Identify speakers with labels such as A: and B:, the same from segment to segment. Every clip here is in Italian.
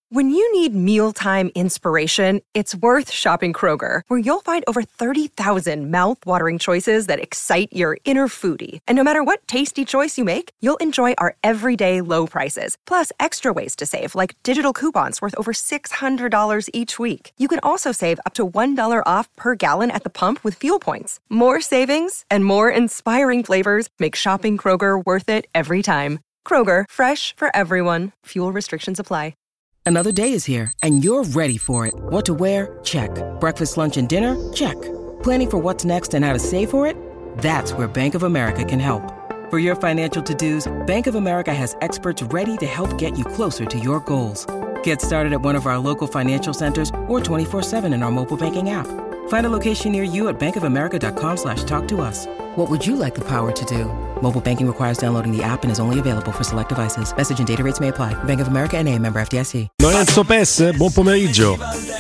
A: When you need mealtime inspiration, it's worth shopping Kroger, where you'll find over 30,000 mouth-watering choices that excite your inner foodie. And no matter what tasty choice you make, you'll enjoy our everyday low prices, plus extra ways to save, like digital coupons worth over $600 each week. You can also save up to $1 off per gallon at the pump with fuel points. More savings and more inspiring flavors make shopping Kroger worth it every time. Kroger, fresh for everyone. Fuel restrictions apply.
B: Another day is here, and you're ready for it. What to wear? Check. Breakfast, lunch, and dinner? Check. Planning for what's next and how to save for it? That's where Bank of America can help. For your financial to-dos, Bank of America has experts ready to help get you closer to your goals. Get started at one of our local financial centers or 24/7 in our mobile banking app. Find a location near you at bankofamerica.com/talktous. What would you like the power to do? Mobile banking requires downloading the app and is only available for select devices. Message and data rates may apply. Bank of America N.A., member FDIC.
C: Lorenzo Pes, buon pomeriggio.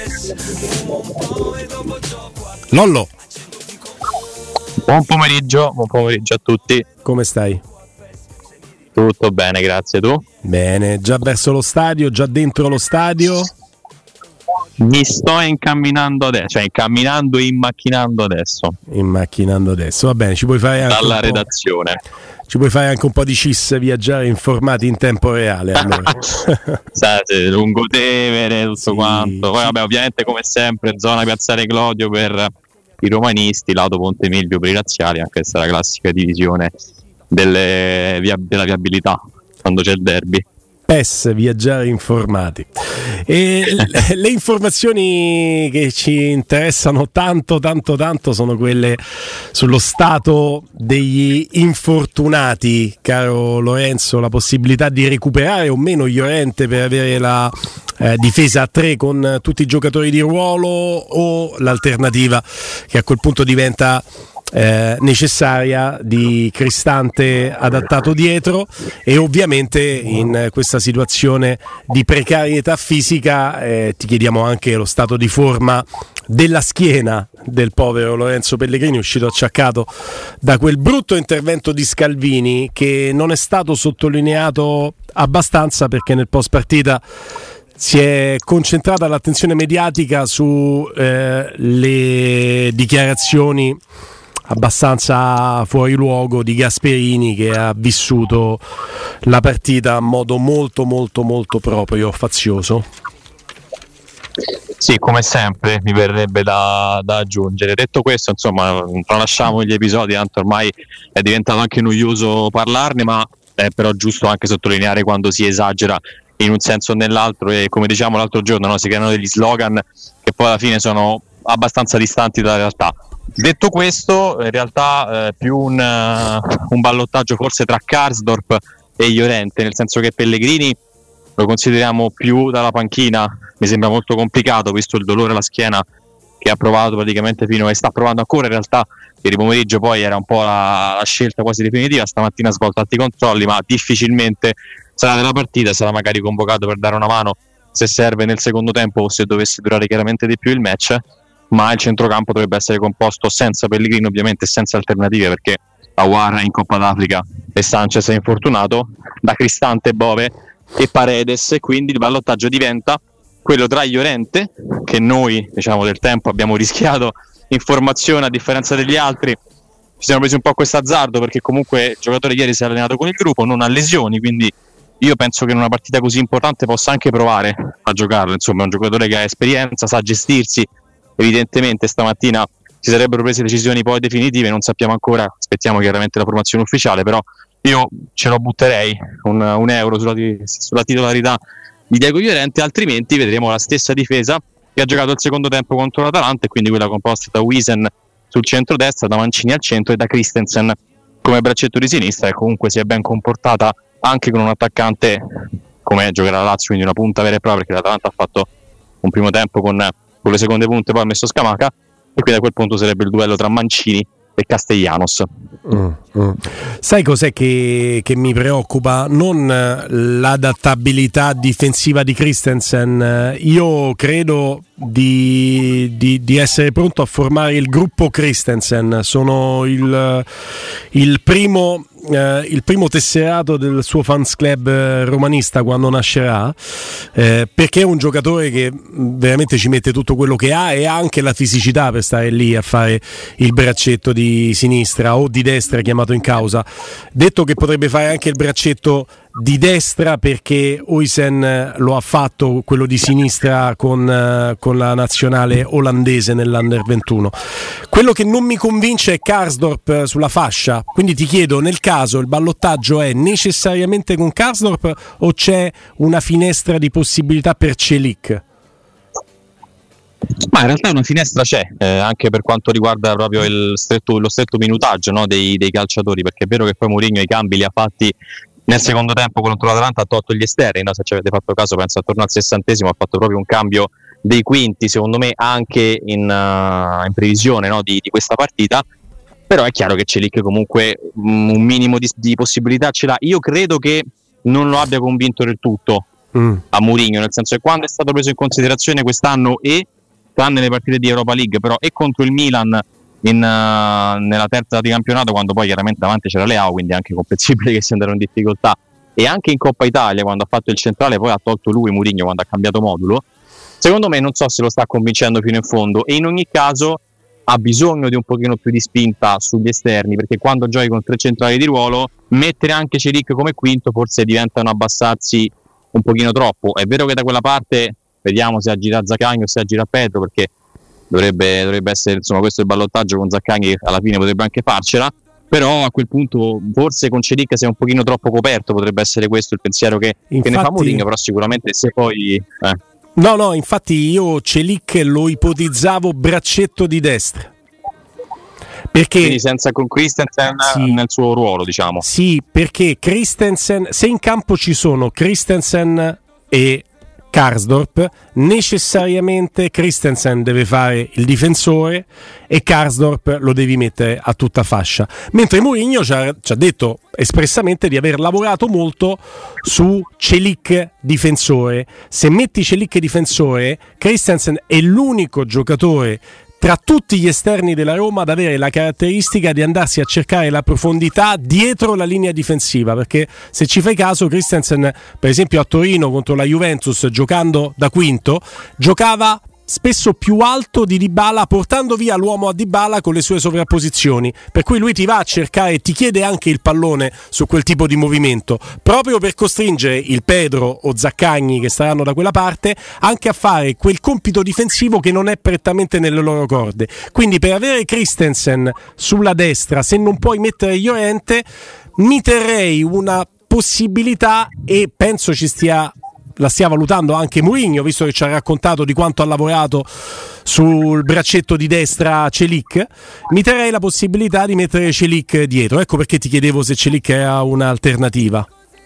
C: Lollo.
D: Buon pomeriggio a tutti.
C: Come stai?
D: Tutto bene, grazie. Tu?
C: Bene, già verso lo stadio, già dentro lo stadio?
D: Mi sto incamminando adesso, cioè incamminando e immacchinando adesso.
C: Va bene, ci puoi fare anche
D: dalla redazione.
C: Ci puoi fare anche un po' di CIS, viaggiare informati in tempo reale. Allora.
D: Lungotevere, tutto quanto. Poi vabbè, ovviamente come sempre, zona Piazzale Clodio per i romanisti, lato Ponte Milvio per i razziali, anche questa è la classica divisione della viabilità quando c'è il derby.
C: PES, viaggiare informati. E le informazioni che ci interessano tanto sono quelle sullo stato degli infortunati, caro Lorenzo, la possibilità di recuperare o meno Llorente per avere la difesa a 3 con tutti i giocatori di ruolo, o l'alternativa che a quel punto diventa necessaria di Cristante adattato dietro. E ovviamente in questa situazione di precarietà fisica ti chiediamo anche lo stato di forma della schiena del povero Lorenzo Pellegrini, uscito acciaccato da quel brutto intervento di Scalvini che non è stato sottolineato abbastanza, perché nel post partita si è concentrata l'attenzione mediatica su le dichiarazioni abbastanza fuori luogo di Gasperini, che ha vissuto la partita in modo molto proprio fazioso.
D: Sì, come sempre mi verrebbe da aggiungere. Detto questo, insomma, tralasciamo gli episodi, tanto ormai è diventato anche noioso parlarne, ma è però giusto anche sottolineare quando si esagera in un senso o nell'altro, e come diciamo l'altro giorno, no, si creano degli slogan che poi alla fine sono abbastanza distanti dalla realtà. Detto questo, in realtà più un ballottaggio forse tra Karsdorp e Llorente, nel senso che Pellegrini lo consideriamo più dalla panchina, mi sembra molto complicato visto il dolore alla schiena che ha provato praticamente fino, e sta provando ancora in realtà. Ieri pomeriggio poi era un po' la scelta quasi definitiva, stamattina ha svolto altri controlli, ma difficilmente sarà nella partita, sarà magari convocato per dare una mano se serve nel secondo tempo o se dovesse durare chiaramente di più il match. Ma il centrocampo dovrebbe essere composto senza Pellegrini, ovviamente senza alternative, perché Aouar è in Coppa d'Africa e Sanchez è infortunato, da Cristante, Bove e Paredes, e quindi il ballottaggio diventa quello tra Llorente, che noi diciamo del tempo abbiamo rischiato in formazione a differenza degli altri, ci siamo presi un po' questo azzardo perché comunque il giocatore ieri si è allenato con il gruppo, non ha lesioni, quindi io penso che in una partita così importante possa anche provare a giocarlo. Insomma, è un giocatore che ha esperienza, sa gestirsi. Evidentemente stamattina si sarebbero prese decisioni poi definitive, non sappiamo ancora, aspettiamo chiaramente la formazione ufficiale, però io ce lo butterei un euro sulla titolarità di Diego Llorente, altrimenti vedremo la stessa difesa che ha giocato il secondo tempo contro l'Atalanta, e quindi quella composta da Wiesen sul centro-destra, da Mancini al centro e da Christensen come braccetto di sinistra, e comunque si è ben comportata anche con un attaccante come giocherà la Lazio, quindi una punta vera e propria, perché l'Atalanta ha fatto un primo tempo con le seconde punte, poi ha messo Scamacca, e quindi a quel punto sarebbe il duello tra Mancini e Castellanos.
C: Sai cos'è che mi preoccupa? Non l'adattabilità difensiva di Christensen. Io credo di essere pronto a formare il gruppo Christensen. Sono il primo il primo tesserato del suo fans club romanista quando nascerà, perché è un giocatore che veramente ci mette tutto quello che ha e ha anche la fisicità per stare lì a fare il braccetto di sinistra o di destra chiamato in causa. Detto che potrebbe fare anche il braccetto di destra perché Huijsen lo ha fatto quello di sinistra con la nazionale olandese nell'Under 21. Quello che non mi convince è Karsdorp sulla fascia, quindi ti chiedo, nel caso il ballottaggio è necessariamente con Karsdorp o c'è una finestra di possibilità per Celik?
D: Ma in realtà una finestra c'è, anche per quanto riguarda proprio lo stretto minutaggio, no, dei calciatori, perché è vero che poi Mourinho i cambi li ha fatti nel secondo tempo contro l'Atalanta, ha tolto gli esterni, no? Se ci avete fatto caso penso attorno al 60esimo ha fatto proprio un cambio dei quinti, secondo me anche in previsione, no, di questa partita. Però è chiaro che Celik comunque un minimo di possibilità ce l'ha. Io credo che non lo abbia convinto del tutto a Mourinho, nel senso che quando è stato preso in considerazione quest'anno e tranne le partite di Europa League, però e contro il Milan nella terza di campionato, quando poi chiaramente davanti c'era Leao, quindi è anche comprensibile che si andarono in difficoltà, e anche in Coppa Italia quando ha fatto il centrale, poi ha tolto lui Mourinho quando ha cambiato modulo. Secondo me non so se lo sta convincendo fino in fondo, e in ogni caso ha bisogno di un pochino più di spinta sugli esterni, perché quando giochi con tre centrali di ruolo mettere anche Celik come quinto forse diventano abbassarsi un pochino troppo. È vero che da quella parte vediamo se aggira Zaccagni o se aggira Pedro, perché dovrebbe essere, insomma, questo è il ballottaggio con Zaccagni, che alla fine potrebbe anche farcela, però a quel punto forse con Celik sei un pochino troppo coperto, potrebbe essere questo il pensiero che ne fa Mourinho, però sicuramente se poi
C: No, infatti io Celik lo ipotizzavo braccetto di destra. Perché,
D: quindi senza con Christensen sì, nel suo ruolo, diciamo.
C: Sì, perché Christensen, se in campo ci sono Christensen e Karsdorp, necessariamente Christensen deve fare il difensore e Karsdorp lo devi mettere a tutta fascia, mentre Mourinho ci ha detto espressamente di aver lavorato molto su Celik difensore. Se metti Celik difensore, Christensen è l'unico giocatore tra tutti gli esterni della Roma ad avere la caratteristica di andarsi a cercare la profondità dietro la linea difensiva, perché se ci fai caso Christensen per esempio a Torino contro la Juventus, giocando da quinto, giocava spesso più alto di Dybala, portando via l'uomo a Dybala con le sue sovrapposizioni, per cui lui ti va a cercare, ti chiede anche il pallone su quel tipo di movimento, proprio per costringere il Pedro o Zaccagni, che staranno da quella parte, anche a fare quel compito difensivo che non è prettamente nelle loro corde. Quindi per avere Christensen sulla destra, se non puoi mettere Llorente, mi terrei una possibilità, e penso la stia valutando anche Mourinho, visto che ci ha raccontato di quanto ha lavorato sul braccetto di destra Celik. Mi terrei la possibilità di mettere Celik dietro. Ecco perché ti chiedevo se Celik era un'alternativa.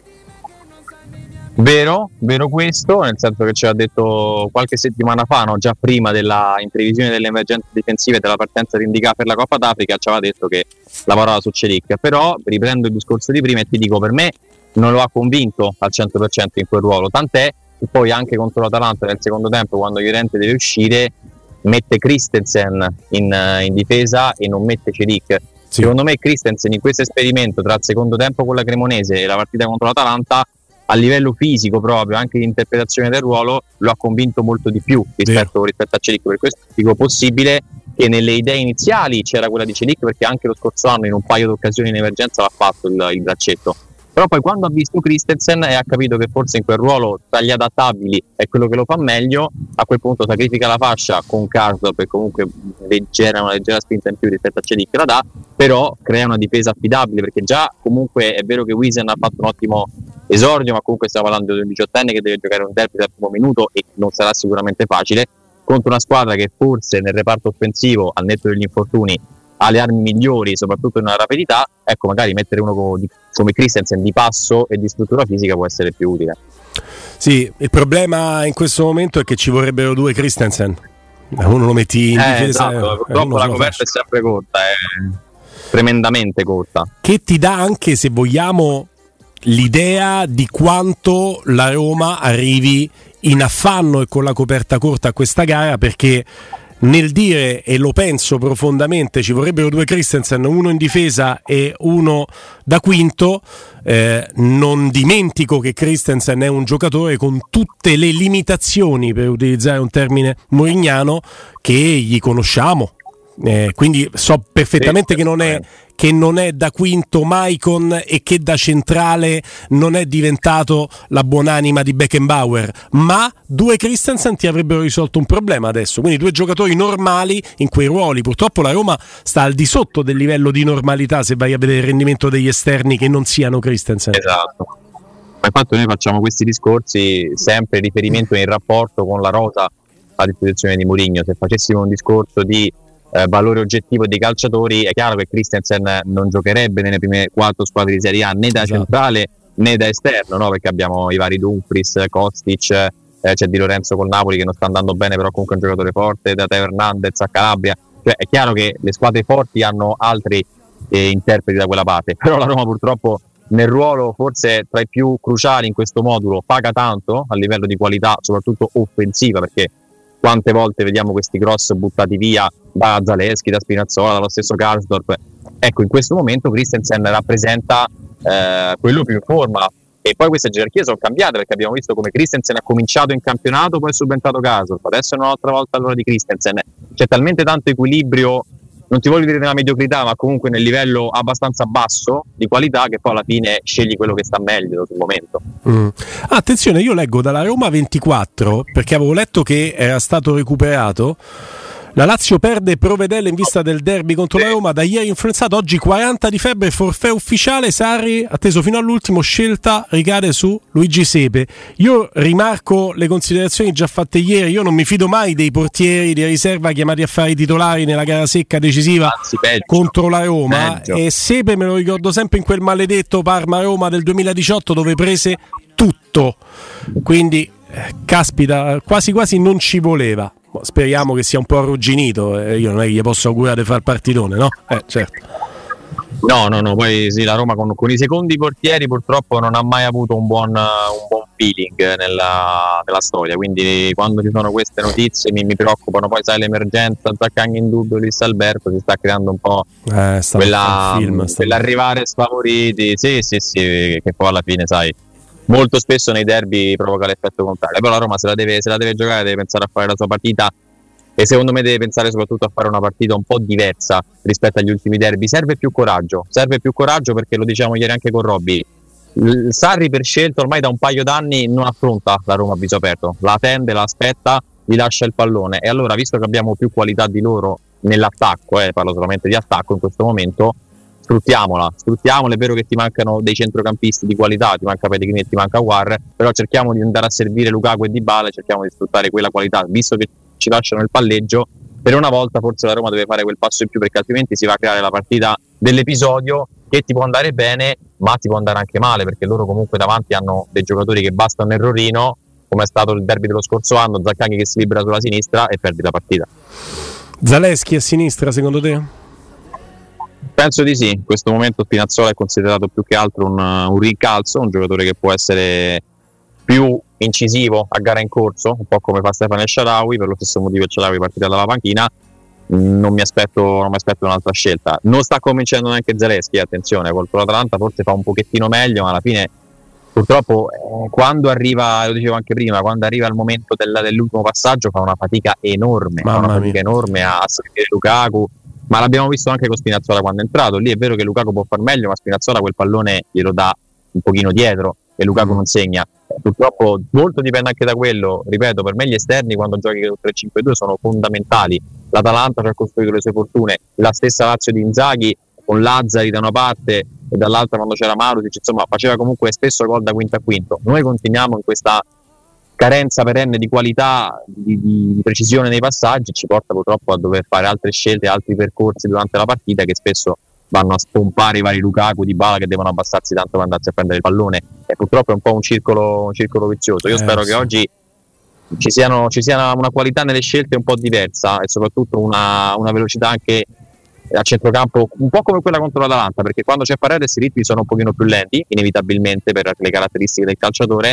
D: Vero questo, nel senso che ci ha detto qualche settimana fa, no, già prima in previsione delle emergenze difensive della partenza di Indica per la Coppa d'Africa, ci aveva detto che lavorava su Celik. Però riprendo il discorso di prima e ti dico, per me non lo ha convinto al 100% in quel ruolo, tant'è che poi anche contro l'Atalanta nel secondo tempo, quando Llorente deve uscire, mette Christensen in difesa e non mette Celik. Sì. Secondo me Christensen in questo esperimento tra il secondo tempo con la Cremonese e la partita contro l'Atalanta, a livello fisico proprio, anche di interpretazione del ruolo, lo ha convinto molto di più rispetto a Celik. Per questo dico possibile che nelle idee iniziali c'era quella di Celik, perché anche lo scorso anno in un paio di occasioni in emergenza l'ha fatto il braccetto. Però poi quando ha visto Christensen e ha capito che forse in quel ruolo tra gli adattabili è quello che lo fa meglio, a quel punto sacrifica la fascia con Karsdorp, che comunque una leggera spinta in più rispetto a Celik la dà, però crea una difesa affidabile, perché già comunque è vero che Huijsen ha fatto un ottimo esordio, ma comunque stiamo parlando di un 18enne che deve giocare un derby al primo minuto e non sarà sicuramente facile contro una squadra che forse nel reparto offensivo, al netto degli infortuni, ha le armi migliori, soprattutto in una rapidità. Ecco, magari mettere uno come Christensen di passo e di struttura fisica può essere più utile.
C: Sì, il problema in questo momento è che ci vorrebbero due Christensen. Uno lo metti in difesa,
D: esatto. Purtroppo la coperta è sempre corta, è tremendamente corta,
C: che ti dà anche, se vogliamo, l'idea di quanto la Roma arrivi in affanno e con la coperta corta a questa gara, perché nel dire, e lo penso profondamente, ci vorrebbero 2 Christensen, uno in difesa e uno da quinto. Non dimentico che Christensen è un giocatore con tutte le limitazioni, per utilizzare un termine mourinhiano, che gli conosciamo. Quindi so perfettamente che non è da quinto Maicon e che da centrale non è diventato la buonanima di Beckenbauer, ma 2 Christensen ti avrebbero risolto un problema adesso, quindi 2 giocatori normali in quei ruoli. Purtroppo la Roma sta al di sotto del livello di normalità se vai a vedere il rendimento degli esterni che non siano Christensen.
D: Esatto, ma infatti noi facciamo questi discorsi sempre in riferimento in rapporto con la rosa a disposizione di Mourinho. Se facessimo un discorso di valore oggettivo dei calciatori, è chiaro che Christensen non giocherebbe nelle prime 4 squadre di Serie A né da centrale né da esterno, no? Perché abbiamo i vari Dumfries, Kostic, c'è Di Lorenzo col Napoli che non sta andando bene, però comunque è un giocatore forte, da Teo Hernandez a Calabria, cioè è chiaro che le squadre forti hanno altri interpreti da quella parte, però la Roma purtroppo nel ruolo forse tra i più cruciali in questo modulo paga tanto a livello di qualità, soprattutto offensiva, perché quante volte vediamo questi cross buttati via da Zalewski, da Spinazzola, dallo stesso Karsdorp. Ecco, in questo momento Christensen rappresenta quello più in forma, e poi queste gerarchie sono cambiate, perché abbiamo visto come Christensen ha cominciato in campionato, poi è subentrato Karsdorp, adesso è un'altra volta all'ora di Christensen. C'è talmente tanto equilibrio, non ti voglio dire nella mediocrità, ma comunque nel livello abbastanza basso di qualità, che poi alla fine scegli quello che sta meglio sul momento.
C: Attenzione, io leggo dalla Roma 24, perché avevo letto che era stato recuperato. La Lazio perde Provedel in vista del derby contro la Roma, da ieri influenzato, oggi 40 di febbre, forfè ufficiale, Sarri atteso fino all'ultimo, scelta ricade su Luigi Sepe. Io rimarco le considerazioni già fatte ieri, io non mi fido mai dei portieri di riserva chiamati a fare i titolari nella gara secca decisiva contro la Roma, e Sepe me lo ricordo sempre in quel maledetto Parma-Roma del 2018 dove prese tutto, quindi caspita, quasi quasi non ci voleva. Speriamo che sia un po' arrugginito, io non è che gli posso augurare di far partitone, no? Certo.
D: No, poi sì, la Roma con i secondi portieri purtroppo non ha mai avuto un buon feeling nella storia, quindi quando ci sono queste notizie mi preoccupano. Poi sai, l'emergenza Zaccagni in dubbio, Luis Alberto, si sta creando un po' quell'arrivare sfavoriti, sì, che poi alla fine sai molto spesso nei derby provoca l'effetto contrario. Però la Roma se la deve giocare, deve pensare a fare la sua partita, e secondo me deve pensare soprattutto a fare una partita un po' diversa rispetto agli ultimi derby. Serve più coraggio, perché lo diciamo ieri anche con Robby, Sarri per scelta ormai da un paio d'anni non affronta la Roma a viso aperto, la attende, la aspetta, gli lascia il pallone, e allora, visto che abbiamo più qualità di loro nell'attacco, parlo solamente di attacco in questo momento, sfruttiamola. È vero che ti mancano dei centrocampisti di qualità, ti manca Pellegrini e ti manca War, però cerchiamo di andare a servire Lukaku e Dybala, cerchiamo di sfruttare quella qualità, visto che ci lasciano il palleggio. Per una volta forse la Roma deve fare quel passo in più, perché altrimenti si va a creare la partita dell'episodio, che ti può andare bene ma ti può andare anche male, perché loro comunque davanti hanno dei giocatori che basta un errorino, come è stato il derby dello scorso anno, Zaccagni che si libera sulla sinistra e perdi la partita.
C: Zalewski a sinistra secondo te?
D: Penso di sì, in questo momento Spinazzola è considerato più che altro un rincalzo, un giocatore che può essere più incisivo a gara in corso, un po' come fa Stefano El Shaarawy, per lo stesso motivo El Shaarawy partita dalla panchina. Non mi aspetto un'altra scelta. Non sta convincendo neanche Zalewski, attenzione, contro l'Atalanta forse fa un pochettino meglio, ma alla fine purtroppo quando arriva, lo dicevo anche prima, quando arriva il momento dell'ultimo passaggio fa una fatica enorme, a seguire Lukaku. Ma l'abbiamo visto anche con Spinazzola quando è entrato. Lì è vero che Lukaku può far meglio, ma Spinazzola quel pallone glielo dà un pochino dietro e Lukaku non segna. Purtroppo molto dipende anche da quello. Ripeto, per me gli esterni quando giochi con 3-5-2 sono fondamentali. L'Atalanta ci ha costruito le sue fortune, la stessa Lazio di Inzaghi con Lazzari da una parte e dall'altra quando c'era Marusic, insomma faceva comunque spesso gol da quinto a quinto. Noi continuiamo in questa carenza perenne di qualità, di precisione nei passaggi, ci porta purtroppo a dover fare altre scelte, altri percorsi durante la partita che spesso vanno a spompare i vari Lukaku, Dybala che devono abbassarsi tanto per andarsi a prendere il pallone, e purtroppo è un po' un circolo vizioso. Io spero che oggi ci sia una qualità nelle scelte un po' diversa, e soprattutto una velocità anche a centrocampo un po' come quella contro l'Atalanta, perché quando c'è Paredes i ritmi sono un pochino più lenti inevitabilmente per le caratteristiche del calciatore,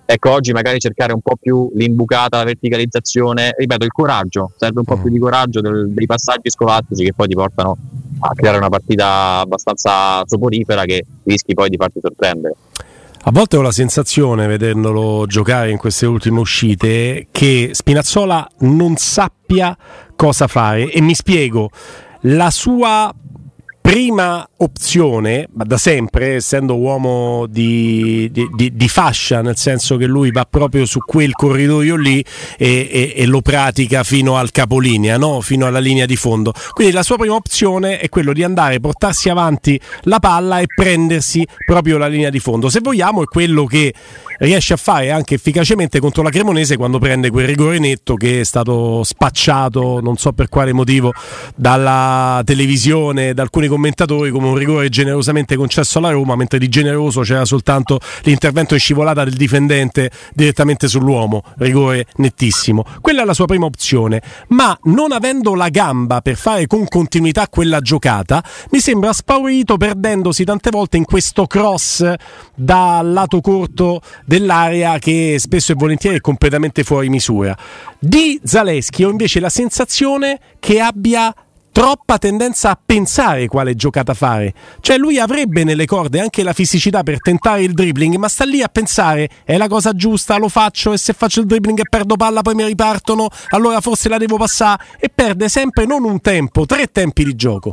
D: Ecco, oggi magari cercare un po' più l'imbucata, la verticalizzazione, ripeto, il coraggio, serve un po' più di coraggio dei passaggi scolastici che poi ti portano a creare una partita abbastanza soporifera che rischi poi di farti sorprendere.
C: A volte ho la sensazione, vedendolo giocare in queste ultime uscite, che Spinazzola non sappia cosa fare, e mi spiego. La sua prima opzione, ma da sempre, essendo uomo di fascia, nel senso che lui va proprio su quel corridoio lì e lo pratica fino al capolinea, no? Fino alla linea di fondo. Quindi la sua prima opzione è quello di andare, portarsi avanti la palla e prendersi proprio la linea di fondo. Se vogliamo, è quello che riesce a fare anche efficacemente contro la Cremonese, quando prende quel rigore netto che è stato spacciato, non so per quale motivo, dalla televisione, da alcuni commentatori, come un rigore generosamente concesso alla Roma, mentre di generoso c'era soltanto l'intervento in scivolata del difendente direttamente sull'uomo. Rigore nettissimo. Quella è la sua prima opzione, ma non avendo la gamba per fare con continuità quella giocata, mi sembra spaurito, perdendosi tante volte in questo cross dal lato corto dell'area che spesso e volentieri è completamente fuori misura. Di Zalewski ho invece la sensazione che abbia troppa tendenza a pensare quale giocata fare, cioè lui avrebbe nelle corde anche la fisicità per tentare il dribbling, ma sta lì a pensare: è la cosa giusta, lo faccio, e se faccio il dribbling e perdo palla poi mi ripartono, allora forse la devo passare, e perde sempre non un tempo, 3 tempi di gioco.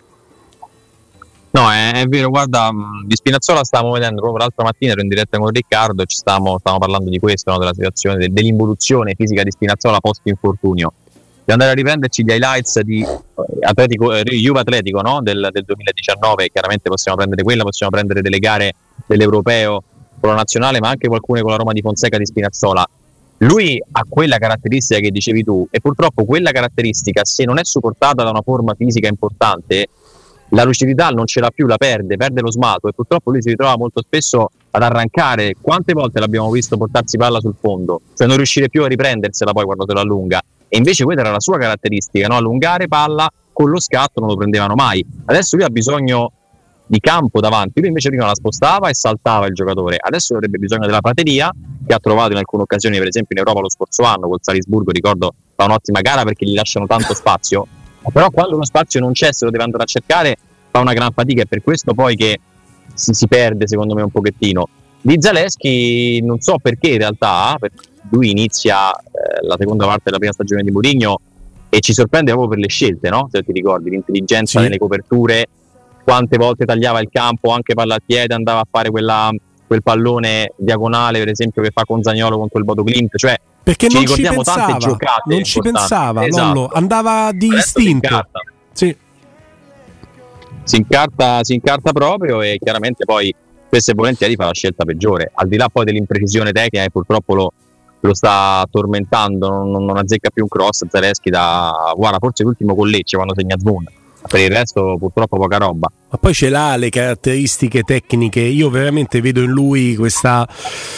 D: No, è vero, guarda, di Spinazzola stavamo vedendo proprio l'altra mattina, ero in diretta con Riccardo e stavamo parlando di questo, no? Della situazione, dell'involuzione fisica di Spinazzola post infortunio. Di andare a riprenderci gli highlights di Juve Atletico, no? del 2019, chiaramente possiamo prendere quella, possiamo prendere delle gare dell'Europeo con la nazionale, ma anche alcune con la Roma di Fonseca di Spinazzola. Lui ha quella caratteristica che dicevi tu, e purtroppo quella caratteristica, se non è supportata da una forma fisica importante, la lucidità non ce l'ha più, la perde lo smalto, e purtroppo lui si ritrova molto spesso ad arrancare. Quante volte l'abbiamo visto portarsi palla sul fondo, cioè non riuscire più a riprendersela poi quando se la allunga, e invece quella era la sua caratteristica, no? Allungare palla con lo scatto non lo prendevano mai. Adesso lui ha bisogno di campo davanti, lui invece prima la spostava e saltava il giocatore, adesso avrebbe bisogno della prateria, che ha trovato in alcune occasioni, per esempio in Europa lo scorso anno col Salisburgo, ricordo, fa un'ottima gara perché gli lasciano tanto spazio, però quando uno spazio non c'è, se lo deve andare a cercare, fa una gran fatica, e per questo poi che si perde secondo me un pochettino. Di Zalewski non so perché in realtà, lui inizia la seconda parte della prima stagione di Mourinho e ci sorprende proprio per le scelte, no? Se ti ricordi, l'intelligenza nelle coperture, quante volte tagliava il campo, anche palla al piede, andava a fare quel pallone diagonale, per esempio, che fa con Zaniolo contro il Bodo Glimt, cioè
C: perché
D: ci
C: non ci
D: ricordiamo
C: pensava,
D: tante giocate
C: non ci pensava,
D: esatto.
C: Andava di istinto. Sì.
D: Si incarta proprio, e chiaramente poi spesso e volentieri fa la scelta peggiore, al di là poi dell'imprecisione tecnica che purtroppo lo sta tormentando, non azzecca più un cross Zalewski guarda, forse l'ultimo con Lecce quando segna Zmun, per il resto purtroppo poca roba. Ma
C: poi ce l'ha le caratteristiche tecniche, io veramente vedo in lui questa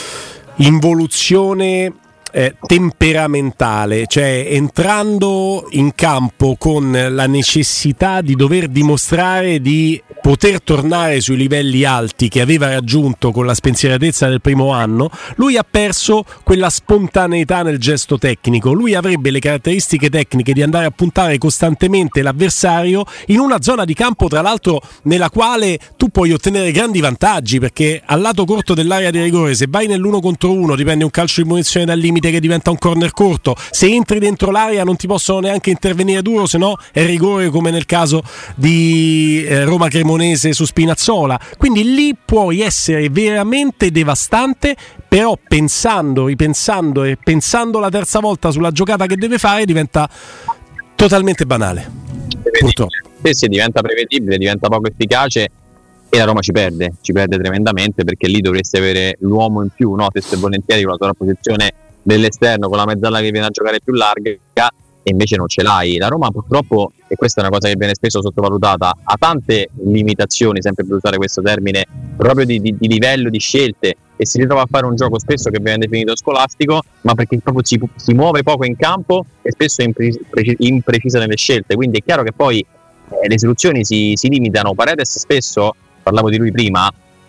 C: involuzione temperamentale, cioè entrando in campo con la necessità di dover dimostrare di poter tornare sui livelli alti che aveva raggiunto con la spensieratezza del primo anno, lui ha perso quella spontaneità nel gesto tecnico. Lui avrebbe le caratteristiche tecniche di andare a puntare costantemente l'avversario in una zona di campo, tra l'altro nella quale tu puoi ottenere grandi vantaggi, perché al lato corto dell'area di rigore, se vai nell'1 contro 1 ti prendi un calcio di munizione dal limite che diventa un corner corto, se entri dentro l'area non ti possono neanche intervenire duro, se no è rigore, come nel caso di Roma Cremonese su Spinazzola. Quindi lì puoi essere veramente devastante, però pensando, ripensando e pensando la terza volta sulla giocata che deve fare diventa totalmente banale, purtroppo.
D: Sì, diventa prevedibile, diventa poco efficace, e la Roma ci perde tremendamente, perché lì dovresti avere l'uomo in più, no? Spesso e volentieri con la tua posizione dell'esterno, con la mezzala che viene a giocare più larga, e invece non ce l'hai. La Roma purtroppo, e questa è una cosa che viene spesso sottovalutata, ha tante limitazioni, sempre per usare questo termine, proprio di livello, di scelte, e si ritrova a fare un gioco spesso che viene definito scolastico, ma perché proprio si muove poco in campo e spesso è imprecisa nelle scelte. Quindi è chiaro che poi le soluzioni si limitano. Paredes spesso, parlavo di lui prima,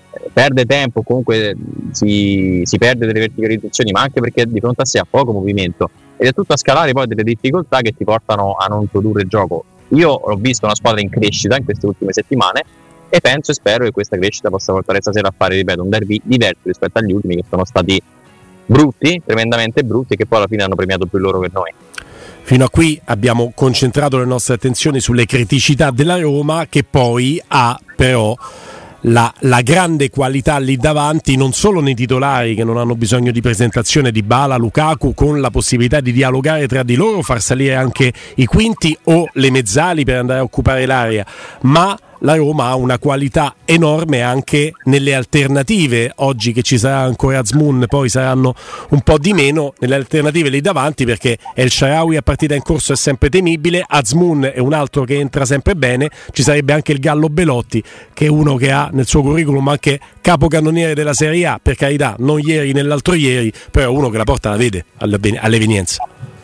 D: perde tempo, comunque si perde delle verticalizzazioni, ma anche perché di fronte a sé ha poco movimento ed è tutto a scalare poi delle difficoltà che ti portano a non produrre gioco. Io ho visto una squadra in crescita in queste ultime settimane e penso e spero che questa crescita possa portare stasera a fare, ripeto, un derby diverso rispetto agli ultimi che sono stati brutti, tremendamente brutti, e che poi alla fine hanno premiato più loro che noi.
C: Fino a qui abbiamo concentrato le nostre attenzioni sulle criticità della Roma, che poi ha però la grande qualità lì davanti, non solo nei titolari che non hanno bisogno di presentazione, Dybala, Lukaku, con la possibilità di dialogare tra di loro, far salire anche i quinti o le mezzali per andare a occupare l'area, ma la Roma ha una qualità enorme anche nelle alternative. Oggi che ci sarà ancora Azmoun, poi saranno un po' di meno nelle alternative lì davanti, perché El Shaarawy a partita in corso è sempre temibile, Azmoun è un altro che entra sempre bene, ci sarebbe anche il Gallo Belotti, che è uno che ha nel suo curriculum anche capocannoniere della Serie A, per carità, non ieri né l'altro ieri, però uno che la porta la vede all'evenienza.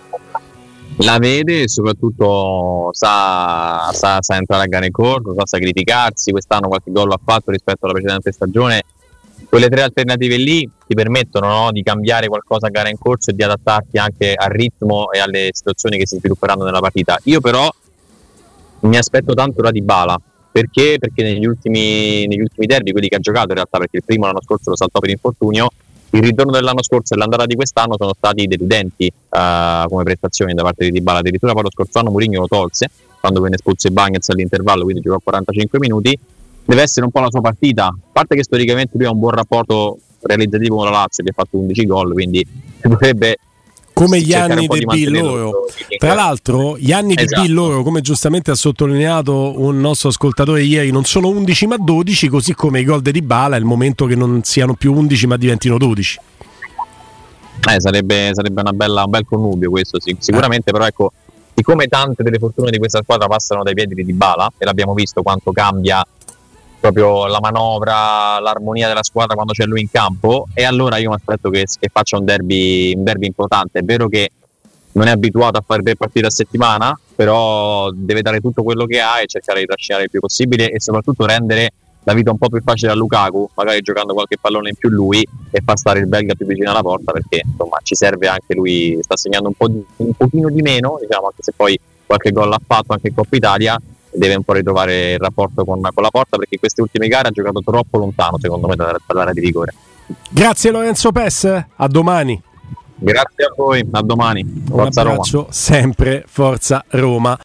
D: La vede e soprattutto sa entrare a gara in corso, sa sacrificarsi. Quest'anno qualche gol ha fatto rispetto alla precedente stagione. Quelle tre alternative lì ti permettono, no, di cambiare qualcosa a gara in corso e di adattarti anche al ritmo e alle situazioni che si svilupperanno nella partita. Io però mi aspetto tanto da Dybala, perché negli ultimi derby, quelli che ha giocato in realtà, perché il primo l'anno scorso lo saltò per infortunio, il ritorno dell'anno scorso e l'andata di quest'anno sono stati deludenti come prestazioni da parte di Dybala. Addirittura poi lo scorso anno Mourinho lo tolse quando venne espulso Bagnez all'intervallo, quindi giocò 45 minuti. Deve essere un po' la sua partita, a parte che storicamente lui ha un buon rapporto realizzativo con la Lazio, che ha fatto 11 gol, quindi dovrebbe,
C: come gli anni di Bill loro. Tra l'altro gli anni di Bill loro, come giustamente ha sottolineato un nostro ascoltatore ieri, non sono 11 ma 12, così come i gol di Dybala è il momento che non siano più 11 ma diventino 12.
D: Sarebbe un bel connubio questo, sì. Sicuramente, però ecco, siccome tante delle fortune di questa squadra passano dai piedi di Dybala, e l'abbiamo visto quanto cambia proprio la manovra, l'armonia della squadra quando c'è lui in campo, e allora io mi aspetto che faccia un derby importante. È vero che non è abituato a fare 3 partite a settimana, però deve dare tutto quello che ha e cercare di trascinare il più possibile e soprattutto rendere la vita un po' più facile a Lukaku, magari giocando qualche pallone in più lui, e fa stare il belga più vicino alla porta, perché insomma ci serve anche lui. Sta segnando un pochino di meno, diciamo, anche se poi qualche gol l'ha fatto anche in Coppa Italia, deve un po' ritrovare il rapporto con la porta, perché in queste ultime gare ha giocato troppo lontano secondo me dall'area di rigore.
C: Grazie Lorenzo Pes, a domani.
D: Grazie a voi, a domani. Forza
C: un abbraccio,
D: Roma.
C: Sempre Forza Roma.